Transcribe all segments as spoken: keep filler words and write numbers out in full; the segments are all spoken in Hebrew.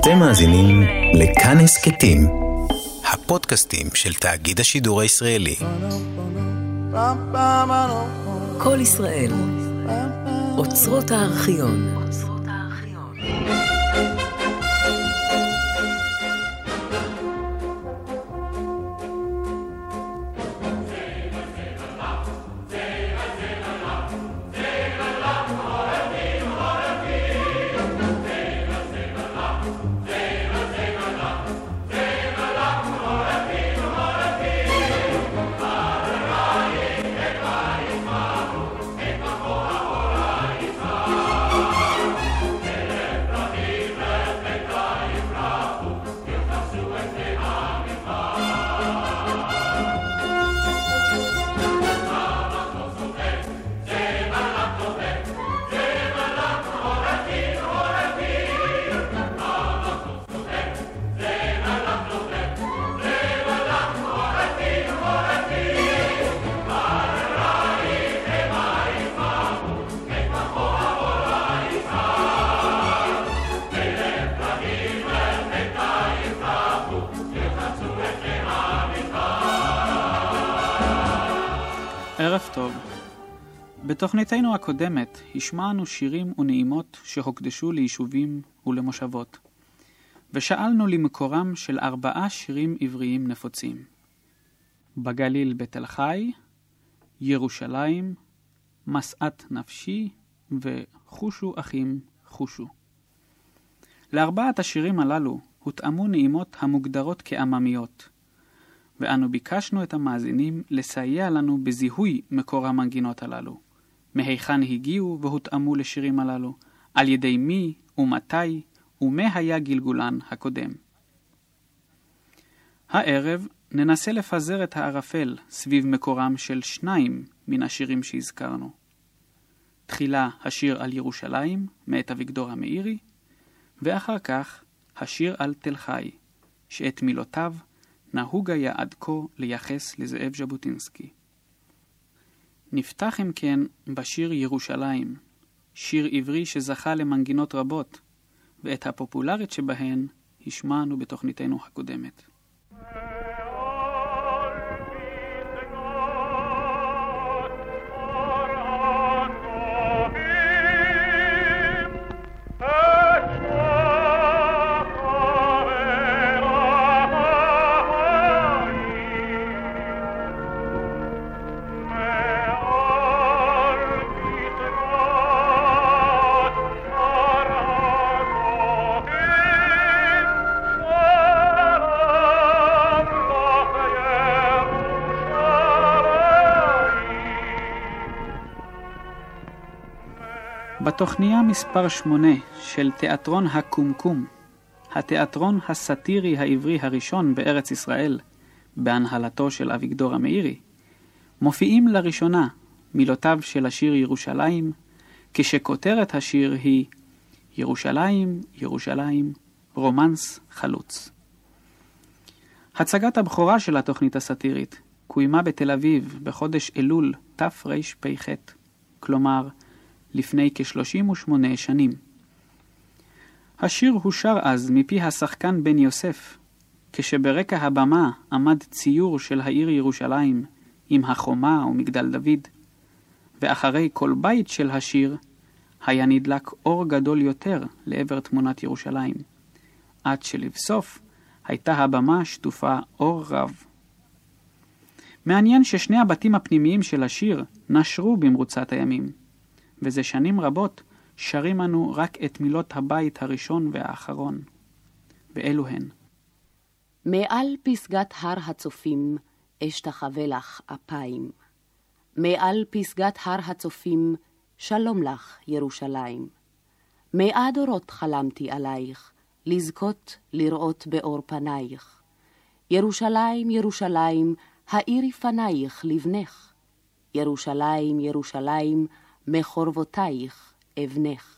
אתם מאזינים לכאן הסכתים, הפודקאסטים של תאגיד השידור הישראלי. כל ישראל, אוצרות הארכיון. ערב טוב. בתוכניתנו הקודמת השמענו שירים ונעימות שהוקדשו ליישובים ולמושבות, ושאלנו למקורם של ארבעה שירים עבריים נפוצים: בגליל בתל חי, ירושלים, משאת נפשי וחושו אחים חושו. לארבעת השירים הללו הותאמו נעימות המוגדרות כאממיות, ואנו ביקשנו את המאזינים לסייע לנו בזיהוי מקור המנגינות הללו, מהיכן הגיעו והותאמו לשירים הללו, על ידי מי ומתי ומה היה גלגולן הקודם. הערב ננסה לפזר את הערפל סביב מקורם של שניים מן השירים שהזכרנו. תחילה השיר על ירושלים מאת אביגדור המאירי, ואחר כך השיר על תל חי, שאת מילותיו נהוג היה עד כה לייחס לזאב ז'בוטינסקי. נפתח אם כן בשיר ירושלים, שיר עברי שזכה למנגינות רבות, ואת הפופולרית שבהן השמענו בתוכניתנו הקודמת. בתוכניה מספר שמונה של תיאטרון הקומקום, התיאטרון הסאטירי העברי הראשון בארץ ישראל, בהנהלתו של אביגדור המאירי, מופיעים לראשונה מילותיו של השיר ירושלים, כשכותרת השיר היא ירושלים, ירושלים, רומנס חלוץ. הצגת הבכורה של התוכנית הסאטירית קוימה בתל אביב בחודש אלול תרפ"ח, כלומר לפני כ-שלושים ושמונה שנים. השיר הושר אז מפי השחקן בן יוסף, כשברקע הבמה עמד ציור של העיר ירושלים עם החומה ומגדל דוד, ואחרי כל בית של השיר היה נדלק אור גדול יותר לעבר תמונת ירושלים, עד שלבסוף הייתה הבמה שטופה אור רב. מעניין ששני הבתים הפנימיים של השיר נשרו במרוצת הימים, וזה שנים רבות שרים אנו רק את מילות הבית הראשון והאחרון. ואלו הן: מעל פסגת הר הצופים אשתחווה לך אפיים, מעל פסגת הר הצופים שלום לך ירושלים, מאה דורות חלמתי עלייך לזכות לראות באור פנייך, ירושלים ירושלים האירי פנייך לבנך, ירושלים ירושלים מחורבותייך אבנך.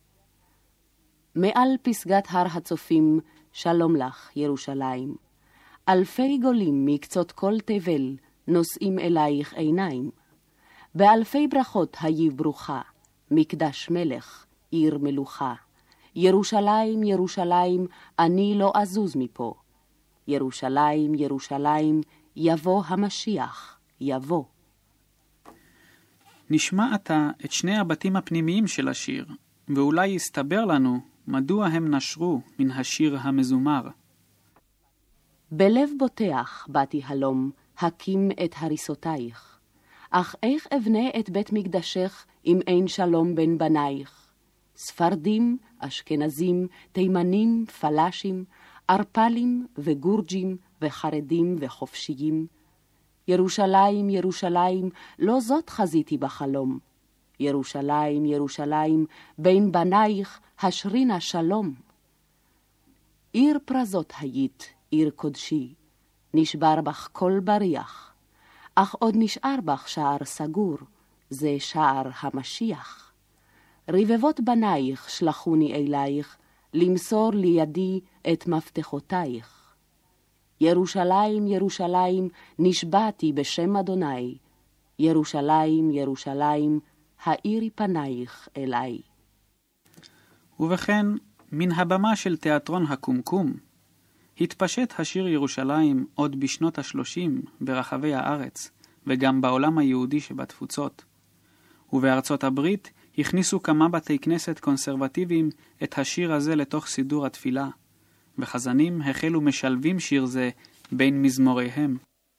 מעל פסגת הר הצופים שלום לך ירושלים, אלפי גולים מקצות כל תבל נושאים אלייך עיניים, באלפי ברכות היי ברוכה, מקדש מלך, עיר מלוכה, ירושלים, ירושלים, אני לא אזוז מפה. ירושלים, ירושלים, יבוא המשיח, יבוא. נשמע עתה את שני הבתים הפנימיים של השיר, ואולי יסתבר לנו מדוע הם נשרו מן השיר המזומר. בלב בוטח באתי הלום, הקים את הריסותייך. אך איך אבנה את בית מקדשך אם אין שלום בין בנייך? ספרדים, אשכנזים, תימנים, פלשים, ארפלים וגורג'ים וחרדים וחופשיים. ירושלים, ירושלים, לא זאת חזיתי בחלום. ירושלים, ירושלים, בין בנייך השרינה שלום. עיר פרזות היית, עיר קודשי, נשבר בך כל בריח, אך עוד נשאר בך שער סגור, זה שער המשיח. רבבות בנייך שלחוני אלייך, למסור לידי את מפתחותייך. ירושלים, ירושלים, נשבעתי בשם אדוני. ירושלים, ירושלים, האירי פנייך אליי. ובכן, מן הבמה של תיאטרון הקומקום, התפשט השיר ירושלים עוד בשנות השלושים ברחבי הארץ, וגם בעולם היהודי שבתפוצות. ובארצות הברית הכניסו כמה בתי כנסת קונסרבטיביים את השיר הזה לתוך סידור התפילה, וחזנים החלו משלבים שיר זה בין מזמוריהם.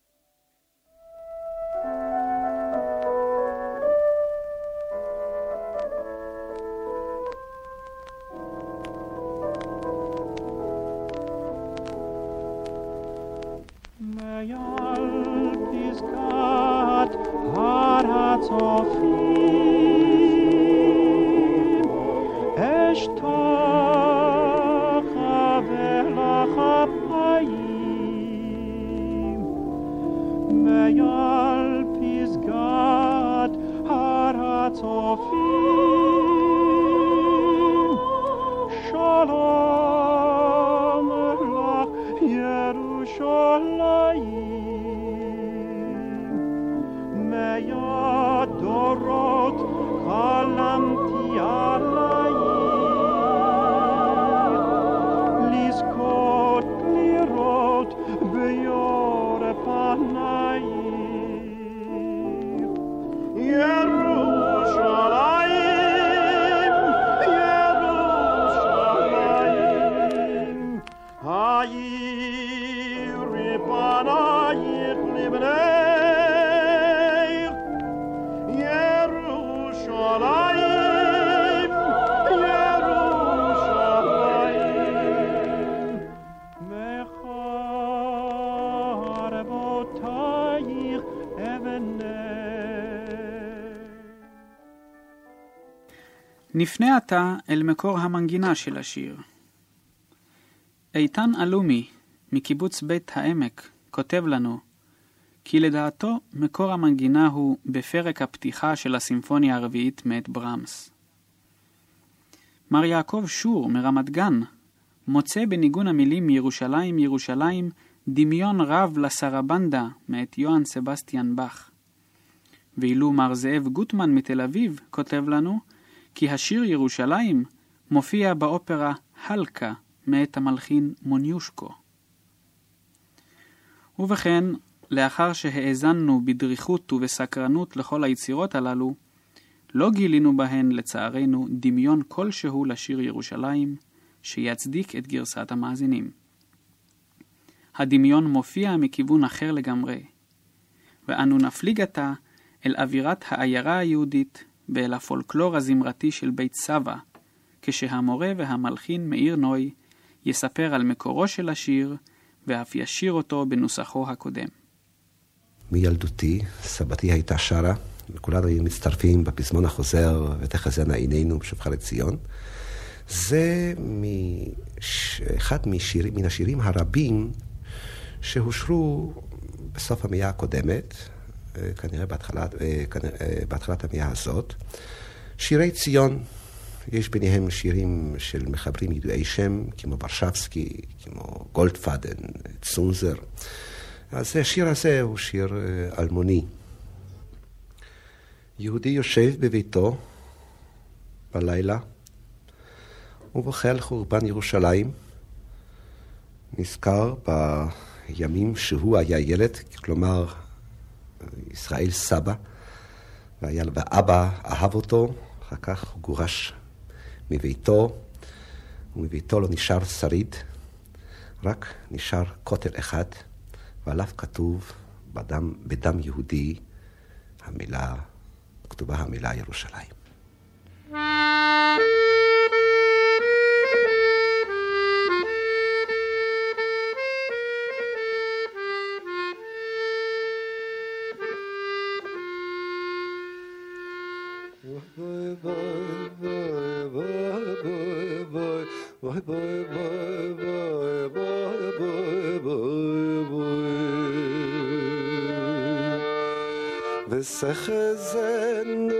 נפנה עתה אל מקור המנגינה של השיר. איתן אלומי, מקיבוץ בית העמק, כותב לנו, כי לדעתו מקור המנגינה הוא בפרק הפתיחה של הסימפוניה הרביעית מאת ברמס. מר יעקב שור מרמת גן, מוצא בניגון המילים ירושלים ירושלים דמיון רב לסרבנדה מאת יוהאן סבסטיאן באך. ואילו מר זאב גוטמן מתל אביב כותב לנו, כי השיר ירושלים מופיע באופרה הלקה מאת המלחין מוניושקו. ובכן, לאחר שהאזנו בדריכות ובסקרנות לכל היצירות הללו, לא גילינו בהן לצערנו דמיון כלשהו לשיר ירושלים שיצדיק את גרסת המאזינים. הדמיון מופיע מכיוון אחר לגמרי, ואנו נפליג עתה אל אווירת העיירה היהודית ואל הפולקלור הזמרתי של בית סבא, כשהמורה והמלחין מאיר נוי יספר על מקורו של השיר ואף ישיר אותו בנוסחו הקודם. מילדותי, סבתי הייתה שרה, וכולנו היו מצטרפים בפזמון החוזר ותחזינה עינינו בשובך לציון. זה מש... אחד משיר... מן השירים הרבים שהושרו בסוף המאה הקודמת, כנראה בהתחלת, כנראה, בהתחלת המאה הזאת. שירי ציון, יש ביניהם שירים של מחברים ידועי שם, כמו ברשבסקי, כמו גולדפדן, צונזר. אז השיר הזה הוא שיר אלמוני. יהודי יושב בביתו בלילה, ובחל חורבן ירושלים, נזכר בימים שהוא היה ילד, כלומר ישראל סבא, והיה, ואבא אהב אותו, אחר כך הוא גורש מביתו, ומביתו לא נשאר שריד, רק נשאר כותל אחד, ועליו כתוב בדם, בדם יהודי המילה, כתובה המילה ירושלים. וסחזנו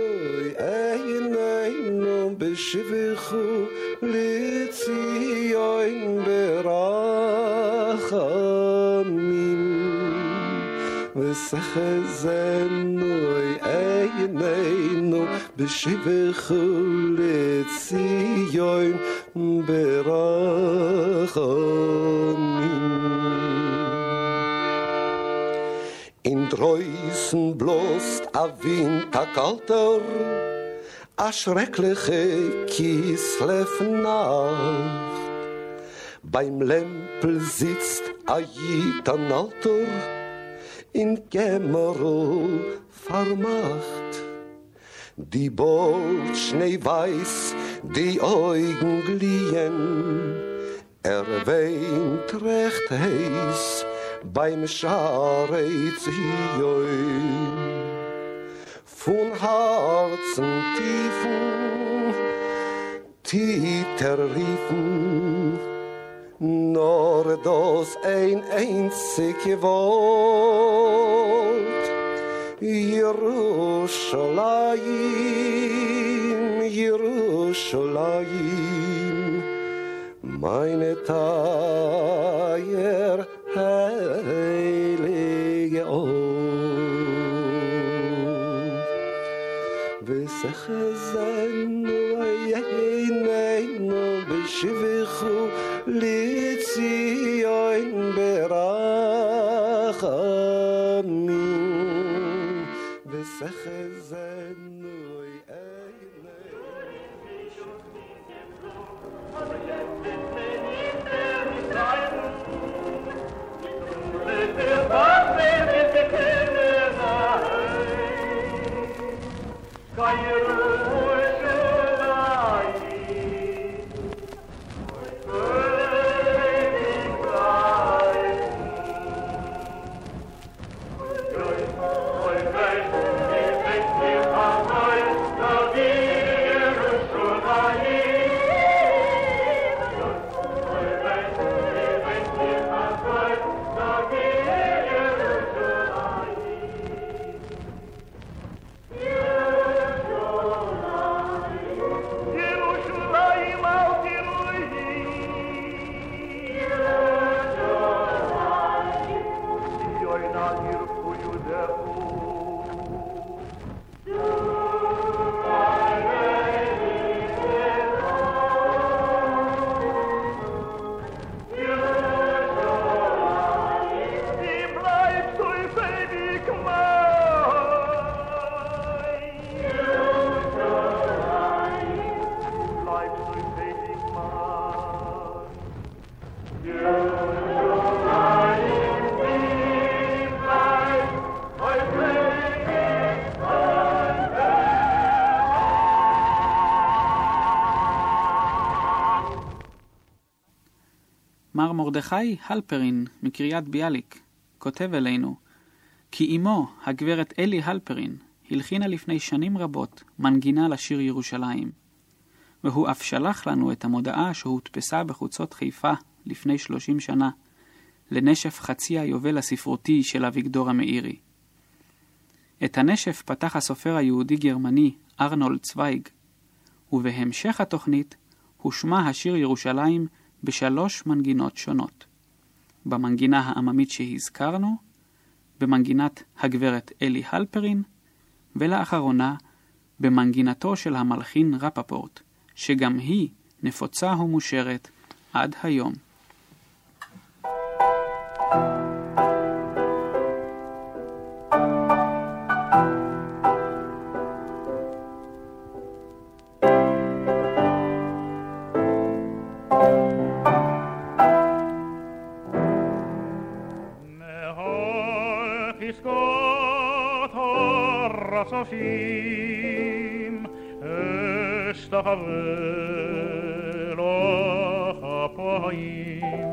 עינינו בשבחו לציון ברחמים. וסחזנו עינינו בשבחו לציון ברחמים. In Dreußen bloßt a Winterkalter, a schreckliche Kislev-Nacht. Beim Lämpel sitzt a Jitanalter, in Kämmerl vermacht. Die Bolt schneeweiß, die Augen glühen, er weint recht heiß, beim Scharei Zion. Von Herzen tiefen, tiefer riefen, nur das ein einzig Wort. Jerusalem, Jerusalem, meine Teier, heilige Ort. וסחזנו עינינו בשבחו לציון ברחמים. וסחזנו מר מרדכי הלפרין מקריית ביאליק כותב אלינו כי אמו, הגברת אלי הלפרין, הלחינה לפני שנים רבות מנגינה לשיר ירושלים, והוא אף שלח לנו את המודעה שהודפסה בחוצות חיפה לפני שלושים שנה, לנשף חצי היובל הספרותי של אביגדור המאירי. את הנשף פתח הסופר היהודי-גרמני ארנולד צוויג, ובהמשך התוכנית הושמע השיר ירושלים בשלוש מנגינות שונות. במנגינה העממית שהזכרנו, במנגינת הגברת אלי הלפרין, ולאחרונה במנגינתו של המלחין רפפורט, שגם היא נפוצה ומושרת עד היום. הצופים אשתחווה לך אפיים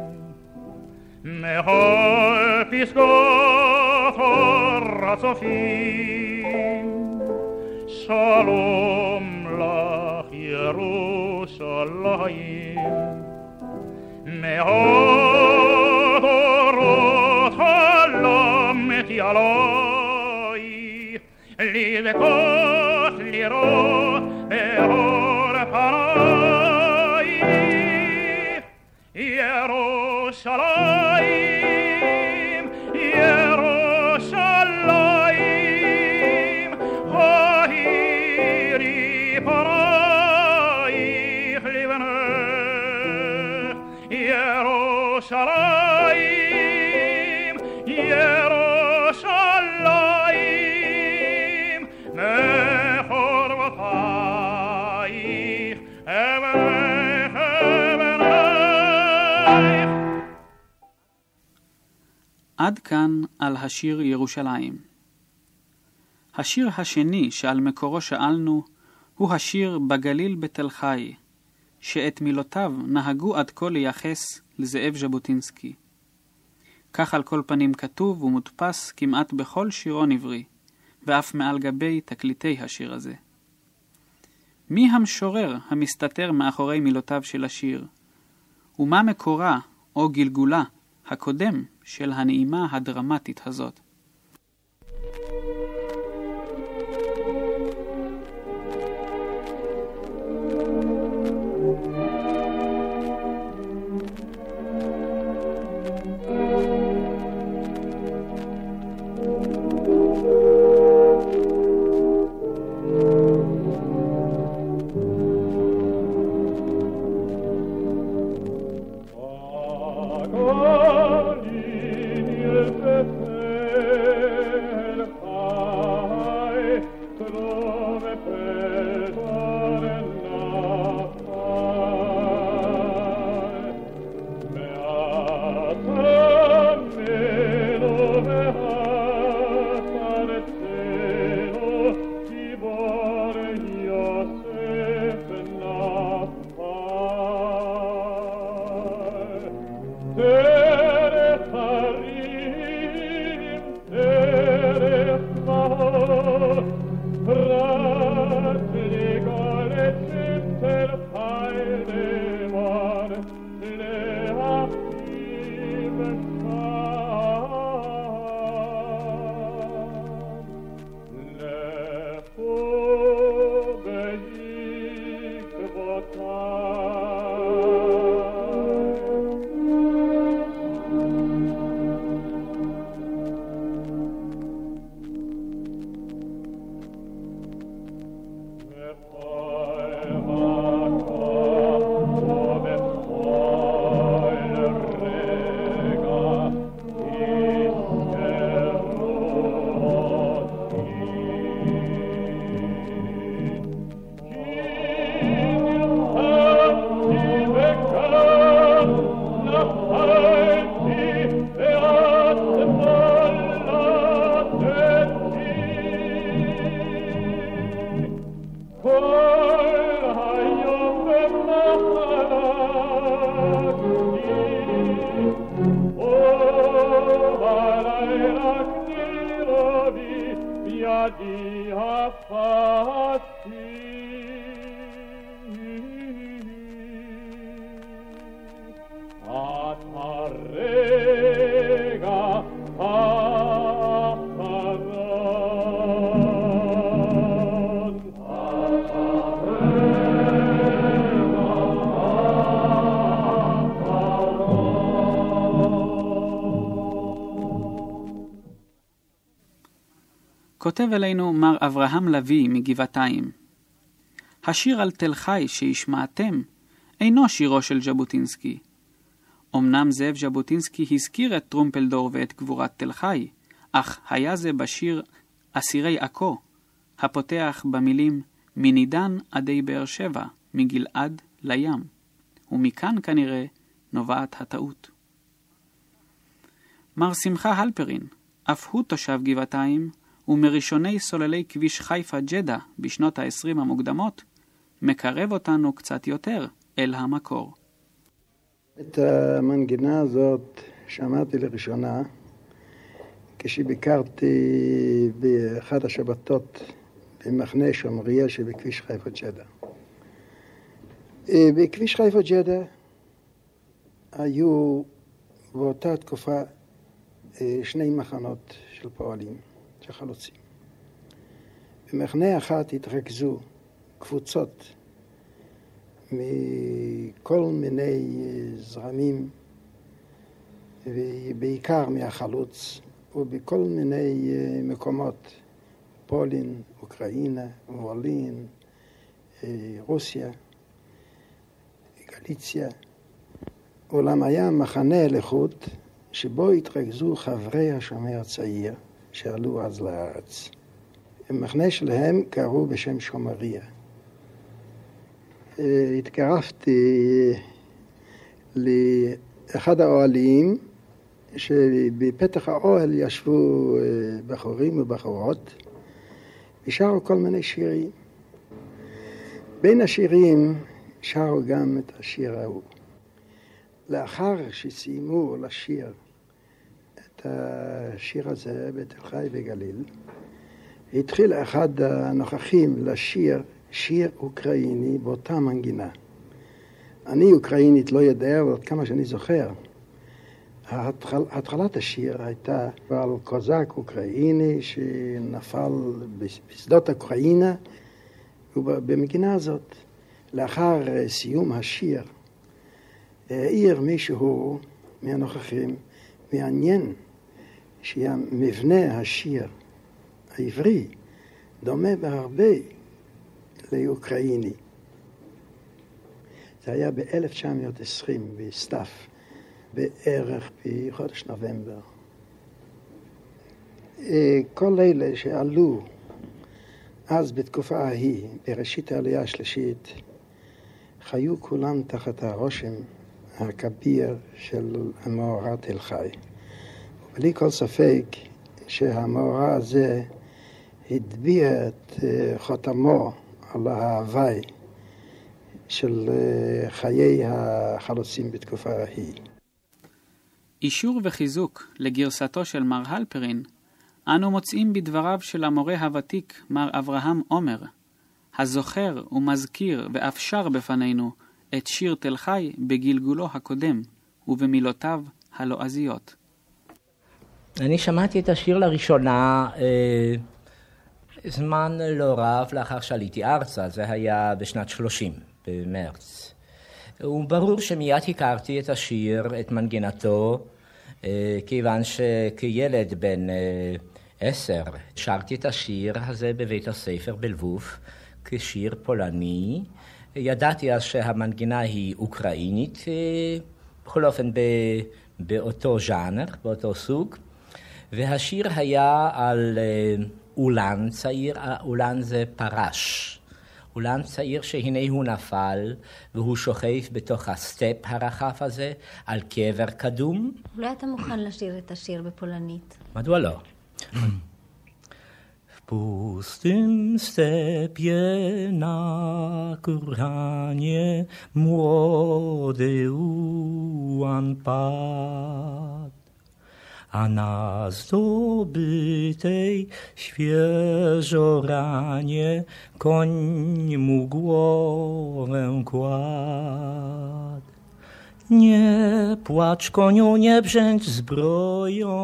מכל פסגות הר הצופים שלום לך ירושלים מהדורות הלמת עלי לבכות לראות באור פנייך ירושלים ירושלים האירי פנייך לבנך ירושלים ירושלים מחורבותייך אברך אברך. עד כאן על השיר ירושלים. השיר השני שעל מקורו שאלנו הוא השיר בגליל בתל חי, שאת מילותיו נהגו עד כה לייחס לזאב ז'בוטינסקי. כך על כל פנים כתוב ומודפס כמעט בכל שירון עברי, ואף מעל גבי תקליטי השיר הזה. מי המשורר המסתתר מאחורי מילותיו של השיר? ומה מקורה או גלגולה הקודם של הנעימה הדרמטית הזאת? כותב אלינו מר אברהם לוי מגבעתיים. השיר על תל חי שהשמעתם אינו שירו של ז'בוטינסקי. אמנם זאב ז'בוטינסקי הזכיר את טרומפלדור ואת גבורת תל חי, אך היה זה בשיר אסירי עכו, הפותח במילים מנידן עדי באר שבע, מגלעד לים, ומכאן כנראה נובעת הטעות. מר שמחה הלפרין, אף הוא תושב גבעתיים, ומראשוני סוללי כביש חיפה ג'דה בשנות ה-עשרים המוקדמות, מקרב אותנו קצת יותר אל המקור. את המנגינה הזאת שמעתי לראשונה כשביקרתי באחד השבתות במחנה שומריה שבכביש חיפה ג'דה. בכביש חיפה ג'דה היו באותה תקופה שני מחנות של פועלים, של חלוצים. במחנה אחת התרכזו קבוצות מכל מיני זרמים, ובעיקר מהחלוץ, ובכל מיני מקומות, פולין, אוקראינה, וורלין, רוסיה, גליציה. אולם היה מחנה לחוד שבו התרכזו חברי השומר הצעיר שעלו אז לארץ. המחנה שלהם קראו בשם שומריה. התקרבתי לאחד האוהלים, שבפתח האוהל ישבו בחורים ובחורות, ושרו כל מיני שירים. בין השירים שרו גם את השיר ההוא. לאחר שסיימו לשיר את השיר הזה בתל חי וגליל, התחיל אחד הנוכחים לשיר שיר אוקראיני באותה מנגינה. אני אוקראינית לא יודע, אבל כמה שאני זוכר, התחל, התחלת השיר הייתה על קוזק אוקראיני שנפל בשדות אוקראינה, ובמגינה הזאת, לאחר סיום השיר, העיר מישהו מהנוכחים, מעניין שהמבנה השיר העברי דומה בהרבה לאוקראיני. זה היה ב-אלף תשע מאות עשרים בסתיו, בערך בחודש נובמבר. כל אלה שעלו אז בתקופה ההיא, בראשית העלייה השלישית, חיו כולם תחת הרושם הכביר של המאורע תל חי. בלי כל ספק שהמאורע הזה הטביע את חותמו על ההוואי של חיי החלוצים בתקופה ההיא. אישור וחיזוק לגרסתו של מר הלפרין, אנו מוצאים בדבריו של המורה הוותיק מר אברהם עומר, הזוכר ומזכיר ואף שר בפנינו את שיר תל חי בגלגולו הקודם ובמילותיו הלועזיות. אני שמעתי את השיר לראשונה אה, זמן לא רב לאחר שעליתי ארצה, זה היה בשנת שלושים, במרץ. וברור שמיד הכרתי את השיר, את מנגינתו, אה, כיוון שכילד בן אה, עשר שרתי את השיר הזה בבית הספר בלבוב, כשיר פולני. ידעתי אז שהמנגינה היא אוקראינית, בכל אופן באותו ז'אנר, באותו סוג, והשיר היה על אולן צעיר, אולן זה פרש, אולן צעיר שהנה הוא נפל והוא שוכב בתוך הסטפ הרחב הזה על קבר קדום. אולי אתה מוכן לשיר את השיר בפולנית? מדוע לא? W pustym stepie na kurhanie młody ułan padł, a na zdobytej świeżo ranie koń mu głowę kładł. Nie płacz koniu, nie brzęcz zbroją,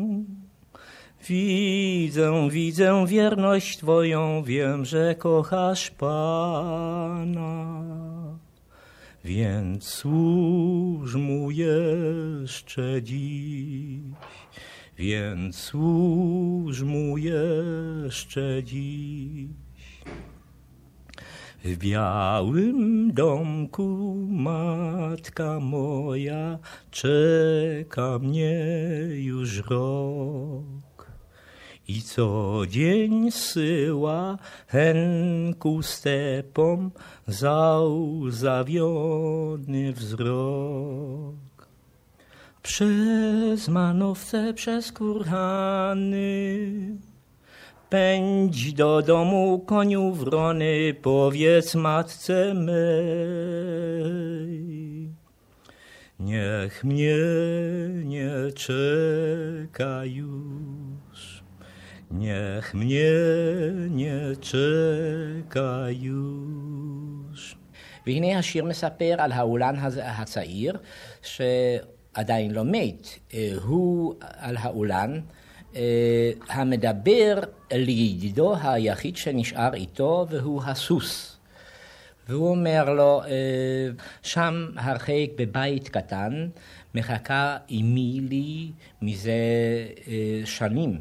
widzę, widzę wierność Twoją, wiem, że kochasz Pana, więc służ Mu jeszcze dziś, więc służ Mu jeszcze dziś. W białym domku matka moja czeka mnie już rok i co dzień syła hen ku stepom załzawiony wzrok. Przez manowce, przez kurhany pędź do domu, koniu wrony, powiedz matce mej. Niech mnie nie czeka już, niech mnie nie czeka już. והנה השיר מספר על האולן הצעיר שעדיין לא מת. הוא על האולן המדבר לידידו היחיד שנשאר איתו, והוא הסוס. והוא אומר לו, שם הרחק בבית קטן מחכה אמי לי מזה שנים.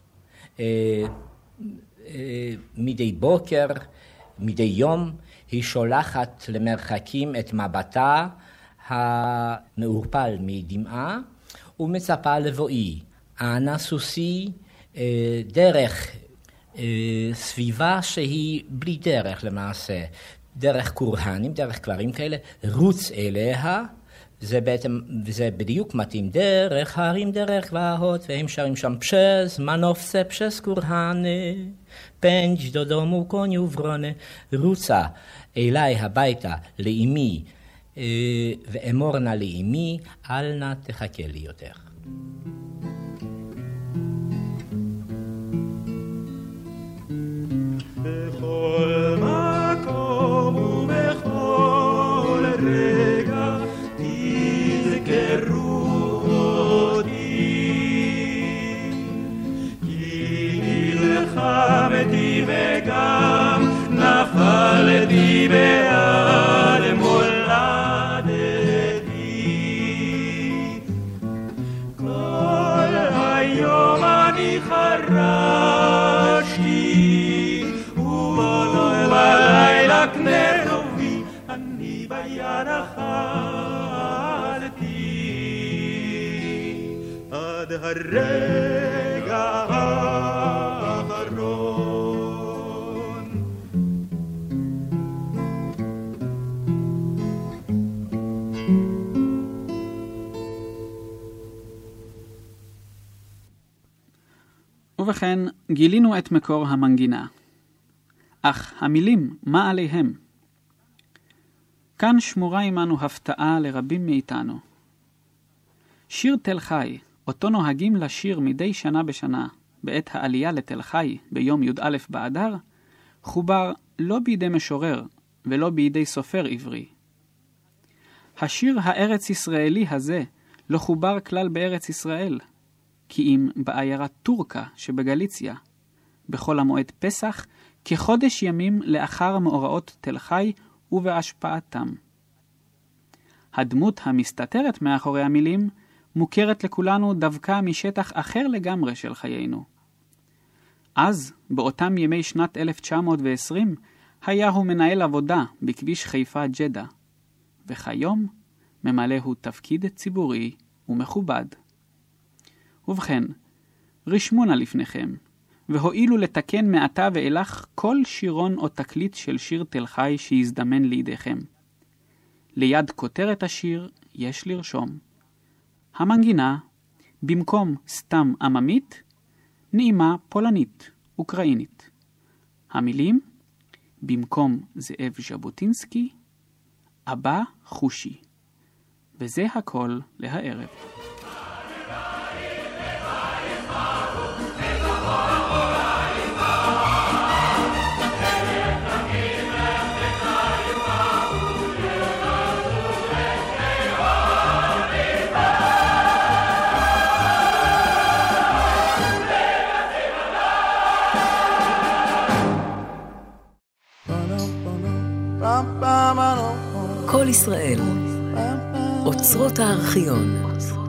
מדי בוקר, מדי יום, היא שולחת למרחקים את מבטה המעורפל מדמעה ומצפה לבואי. אנה סוסי דרך סביבה שהיא בלי דרך למעשה, דרך קורהנים, דרך קברים כאלה, רוץ אליה, זה, בעצם, זה בדיוק מתאים, דרך הרים, דרך גבעות, והם שרים שם פשז, מנופסה, פשז קורהני, פנג' דו דומו קוניו ורוני, רוצה אליי הביתה לאמי, ואמור נא לאמי, אל נא תחכה לי יותר. בכל מקום ובכל רגע תזכרו אותי, כי נלחמתי וגם נפלתי בעד מולדתי. כל היום אני חרשתי ובלילה כנר טובי אני ביד אכלתי עד הרגע האחרון. ובכן, גילינו את מקור המנגינה. אך המילים, מה עליהם? כאן שמורה עמנו הפתעה לרבים מאיתנו. שיר תל חי, אותו נוהגים לשיר מדי שנה בשנה, בעת העלייה לתל חי ביום י"א באדר, חובר לא בידי משורר ולא בידי סופר עברי. השיר הארץ ישראלי הזה לא חובר כלל בארץ ישראל, כי אם בעיירת טורקה שבגליציה, בכל המועד פסח, כחודש ימים לאחר מאורעות תל חי ובהשפעתם. הדמות המסתתרת מאחורי המילים מוכרת לכולנו דווקא משטח אחר לגמרי של חיינו. אז, באותם ימי שנת אלף תשע מאות ועשרים, היה הוא מנהל עבודה בכביש חיפה ג'דה, וכיום ממלא הוא תפקיד ציבורי ומכובד. ובכן, רשמונה לפניכם, והואילו לתקן מעתה ואילך כל שירון או תקליט של שיר תל חי שיזדמן לידיכם. ליד כותרת השיר יש לרשום. המנגינה, במקום סתם עממית, נעימה פולנית, אוקראינית. המילים, במקום זאב ז'בוטינסקי, אבא חושי. וזה הכל להערב. כל ישראל, אוצרות הארכיון.